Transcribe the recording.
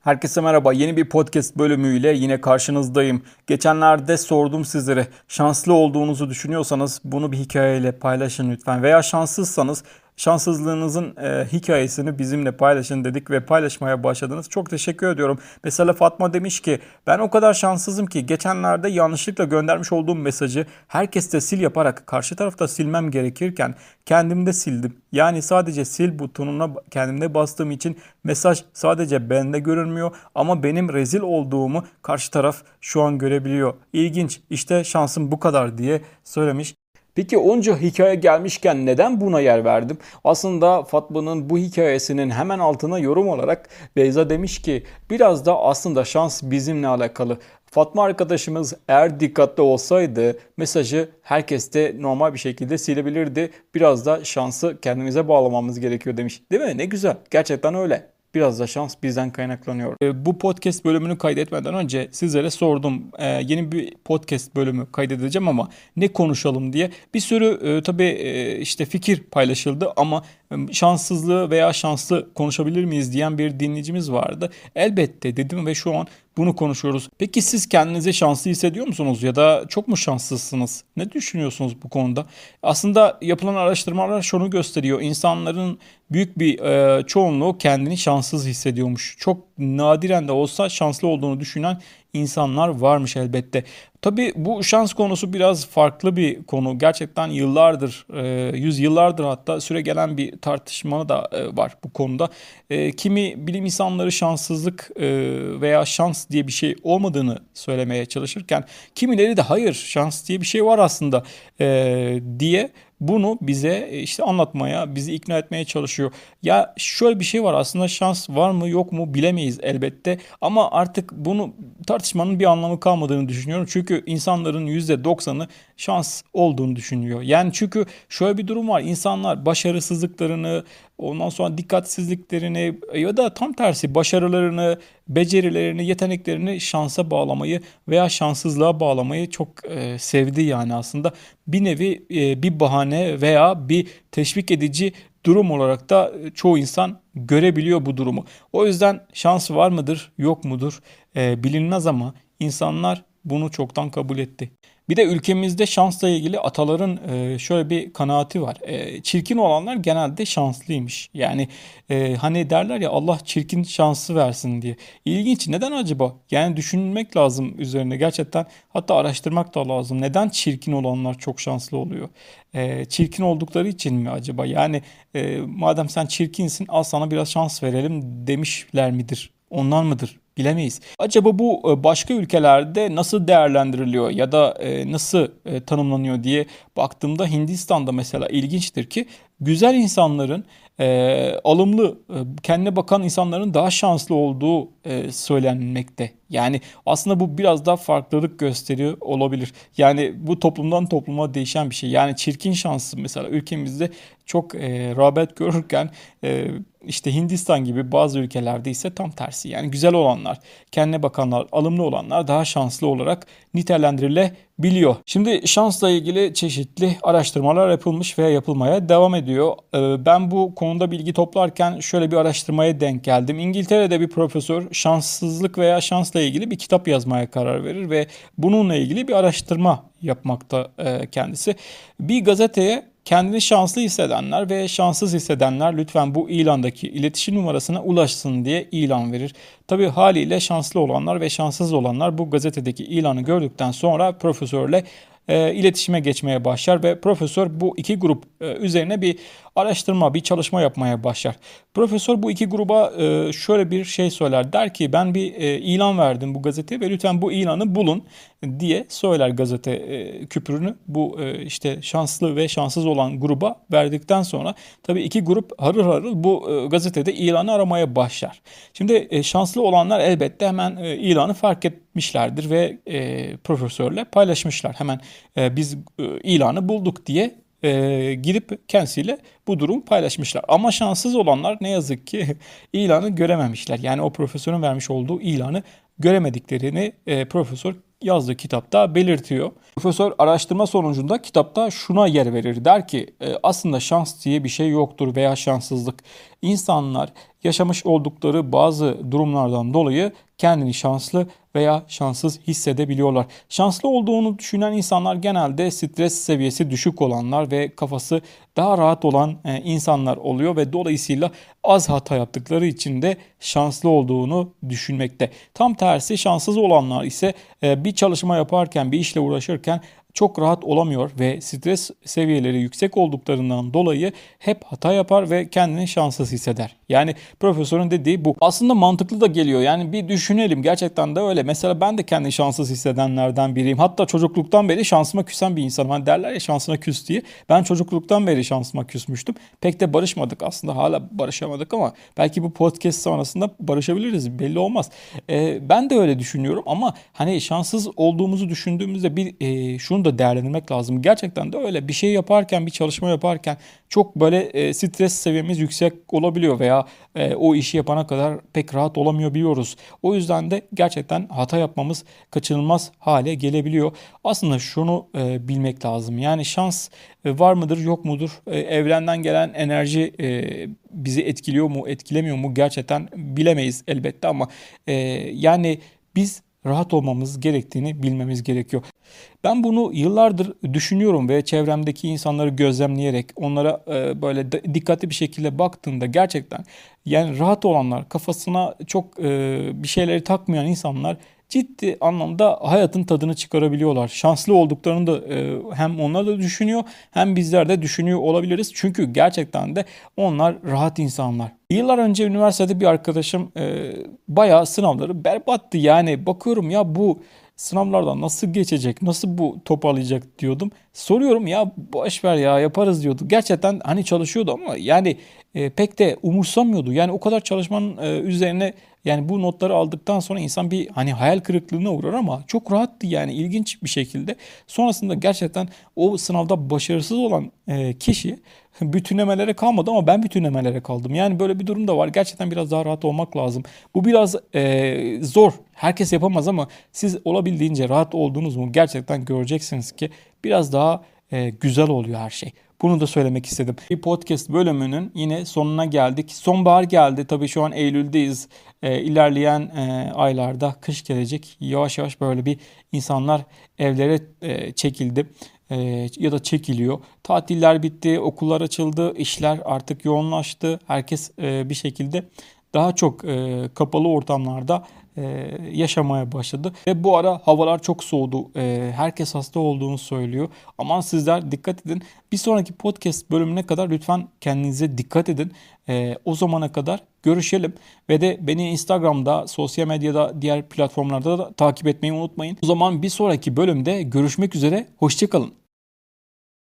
Herkese merhaba. Yeni bir podcast bölümüyle yine karşınızdayım. Geçenlerde sordum sizlere. Şanslı olduğunuzu düşünüyorsanız bunu bir hikayeyle paylaşın lütfen. Veya şanssızsanız şanssızlığınızın hikayesini bizimle paylaşın dedik ve paylaşmaya başladınız. Çok teşekkür ediyorum. Mesela Fatma demiş ki ben o kadar şanssızım ki geçenlerde yanlışlıkla göndermiş olduğum mesajı herkeste sil yaparak karşı tarafta silmem gerekirken kendimde sildim. Yani sadece sil butonuna kendimde bastığım için mesaj sadece bende görünmüyor ama benim rezil olduğumu karşı taraf şu an görebiliyor. İlginç, işte şansım bu kadar diye söylemiş. Peki onca hikaye gelmişken neden buna yer verdim? Aslında Fatma'nın bu hikayesinin hemen altına yorum olarak Beyza demiş ki biraz da aslında şans bizimle alakalı. Fatma arkadaşımız eğer dikkatli olsaydı mesajı herkes de normal bir şekilde silebilirdi. Biraz da şansı kendimize bağlamamız gerekiyor demiş. Değil mi? Ne güzel. Gerçekten öyle. Biraz da şans bizden kaynaklanıyor. Bu podcast bölümünü kaydetmeden önce sizlere sordum. Yeni bir podcast bölümü kaydedeceğim ama ne konuşalım diye. Bir sürü tabii işte fikir paylaşıldı ama şanssızlığı veya şanslı konuşabilir miyiz diyen bir dinleyicimiz vardı. Elbette dedim ve şu an bunu konuşuyoruz. Peki siz kendinizi şanslı hissediyor musunuz ya da çok mu şanslısınız? Ne düşünüyorsunuz bu konuda? Aslında yapılan araştırmalar şunu gösteriyor. İnsanların büyük bir çoğunluğu kendini şanssız hissediyormuş. Çok nadiren de olsa şanslı olduğunu düşünen insanlar varmış elbette. Tabii bu şans konusu biraz farklı bir konu. Gerçekten yıllardır, yüzyıllardır hatta süregelen bir tartışma da var bu konuda. Kimi bilim insanları şanssızlık veya şans diye bir şey olmadığını söylemeye çalışırken kimileri de hayır şans diye bir şey var aslında diye bunu bize işte anlatmaya, bizi ikna etmeye çalışıyor. Ya şöyle bir şey var aslında şans var mı yok mu bilemeyiz elbette ama artık bunu tartışmanın bir anlamı kalmadığını düşünüyorum. Çünkü insanların %90'ı şans olduğunu düşünüyor. Yani çünkü şöyle bir durum var. İnsanlar başarısızlıklarını, ondan sonra dikkatsizliklerini ya da tam tersi başarılarını, becerilerini, yeteneklerini şansa bağlamayı veya şanssızlığa bağlamayı çok sevdi yani aslında. Bir nevi bir bahane veya bir teşvik edici durum olarak da çoğu insan görebiliyor bu durumu. O yüzden şans var mıdır, yok mudur bilinmez ama insanlar bunu çoktan kabul etti. Bir de ülkemizde şansla ilgili ataların şöyle bir kanaati var. Çirkin olanlar genelde şanslıymış. Yani hani derler ya Allah çirkin şansı versin diye. İlginç. Neden acaba? Yani düşünmek lazım üzerine gerçekten. Hatta araştırmak da lazım. Neden çirkin olanlar çok şanslı oluyor? Çirkin oldukları için mi acaba? Yani madem sen çirkinsin al sana biraz şans verelim demişler midir? Ondan mıdır? Bilemeyiz. Acaba bu başka ülkelerde nasıl değerlendiriliyor ya da nasıl tanımlanıyor diye baktığımda Hindistan'da mesela ilginçtir ki güzel insanların alımlı, kendine bakan insanların daha şanslı olduğu söylenmekte. Yani aslında bu biraz daha farklılık gösteriyor olabilir. Yani bu toplumdan topluma değişen bir şey. Yani çirkin şansı mesela ülkemizde çok rağbet görürken işte Hindistan gibi bazı ülkelerde ise tam tersi. Yani güzel olanlar, kendine bakanlar, alımlı olanlar daha şanslı olarak nitelendirilebiliyor. Şimdi şansla ilgili çeşitli araştırmalar yapılmış ve yapılmaya devam ediyor. Ben bu konuda bilgi toplarken şöyle bir araştırmaya denk geldim. İngiltere'de bir profesör şanssızlık veya şansla ilgili bir kitap yazmaya karar verir ve bununla ilgili bir araştırma yapmakta kendisi. Bir gazeteye kendini şanslı hissedenler ve şanssız hissedenler lütfen bu ilandaki iletişim numarasına ulaşsın diye ilan verir. Tabii haliyle şanslı olanlar ve şanssız olanlar bu gazetedeki ilanı gördükten sonra profesörle iletişime geçmeye başlar ve profesör bu iki grup üzerine bir araştırma, bir çalışma yapmaya başlar. Profesör bu iki gruba şöyle bir şey söyler. Der ki ben bir ilan verdim bu gazeteye ve lütfen bu ilanı bulun diye söyler gazete küpürünü bu işte şanslı ve şanssız olan gruba verdikten sonra tabii iki grup harıl harıl bu gazetede ilanı aramaya başlar. Şimdi şanslı olanlar elbette hemen ilanı fark etmişlerdir ve profesörle paylaşmışlar. Hemen biz ilanı bulduk diye girip kendisiyle bu durum paylaşmışlar. Ama şanssız olanlar ne yazık ki ilanı görememişler. Yani o profesörün vermiş olduğu ilanı göremediklerini profesör yazdığı kitapta belirtiyor. Profesör araştırma sonucunda kitapta şuna yer verir. Der ki aslında şans diye bir şey yoktur veya şanssızlık. İnsanlar yaşamış oldukları bazı durumlardan dolayı kendini şanslı veya şanssız hissedebiliyorlar. Şanslı olduğunu düşünen insanlar genelde stres seviyesi düşük olanlar ve kafası daha rahat olan insanlar oluyor ve dolayısıyla az hata yaptıkları için de şanslı olduğunu düşünmekte. Tam tersi şanssız olanlar ise bir çalışma yaparken, bir işle uğraşırken çok rahat olamıyor ve stres seviyeleri yüksek olduklarından dolayı hep hata yapar ve kendini şanssız hisseder. Yani profesörün dediği bu. Aslında mantıklı da geliyor. Yani bir düşünelim, gerçekten de öyle. Mesela ben de kendini şanssız hissedenlerden biriyim. Hatta çocukluktan beri şansıma küsen bir insanım. Hani derler ya şansına küs diye. Ben çocukluktan beri şansıma küsmüştüm. Pek de barışmadık aslında. Hala barışamadık ama belki bu podcast sonrasında barışabiliriz. Belli olmaz. Ben de öyle düşünüyorum ama hani şanssız olduğumuzu düşündüğümüzde şunu da değerlendirmek lazım. Gerçekten de öyle. Bir şey yaparken, bir çalışma yaparken çok böyle stres seviyemiz yüksek olabiliyor veya o işi yapana kadar pek rahat olamıyoruz. O yüzden de gerçekten hata yapmamız kaçınılmaz hale gelebiliyor. Aslında şunu bilmek lazım. Yani şans var mıdır, yok mudur? Evrenden gelen enerji bizi etkiliyor mu, etkilemiyor mu? Gerçekten bilemeyiz elbette ama yani biz rahat olmamız gerektiğini bilmemiz gerekiyor. Ben bunu yıllardır düşünüyorum ve çevremdeki insanları gözlemleyerek onlara böyle dikkatli bir şekilde baktığımda gerçekten yani rahat olanlar, kafasına çok bir şeyleri takmayan insanlar ciddi anlamda hayatın tadını çıkarabiliyorlar. Şanslı olduklarını da hem onlar da düşünüyor hem bizler de düşünüyor olabiliriz. Çünkü gerçekten de onlar rahat insanlar. Yıllar önce üniversitede bir arkadaşım bayağı sınavları berbattı. Yani bakıyorum ya bu sınavlardan nasıl geçecek, nasıl bu toparlayacak diyordum. Soruyorum ya boş ver ya yaparız diyordu. Gerçekten hani çalışıyordu ama yani pek de umursamıyordu. Yani o kadar çalışmanın üzerine yani bu notları aldıktan sonra insan bir hani hayal kırıklığına uğrar ama çok rahattı yani ilginç bir şekilde. Sonrasında gerçekten o sınavda başarısız olan kişi bütünlemelere kalmadı ama ben bütünlemelere kaldım. Yani böyle bir durum da var. Gerçekten biraz daha rahat olmak lazım. Bu biraz zor. Herkes yapamaz ama siz olabildiğince rahat olduğunuz mu gerçekten göreceksiniz ki biraz daha güzel oluyor her şey. Bunu da söylemek istedim. Bir podcast bölümünün yine sonuna geldik. Sonbahar geldi. Tabii şu an Eylül'deyiz. İlerleyen aylarda kış gelecek. Yavaş yavaş böyle bir insanlar evlere çekildi. Ya da çekiliyor. Tatiller bitti, okullar açıldı, işler artık yoğunlaştı. Herkes bir şekilde daha çok kapalı ortamlarda yaşamaya başladı. Ve bu ara havalar çok soğudu. Herkes hasta olduğunu söylüyor. Aman sizler dikkat edin. Bir sonraki podcast bölümüne kadar lütfen kendinize dikkat edin. O zamana kadar görüşelim. Ve de beni Instagram'da, sosyal medyada, diğer platformlarda da takip etmeyi unutmayın. O zaman bir sonraki bölümde görüşmek üzere. Hoşça kalın.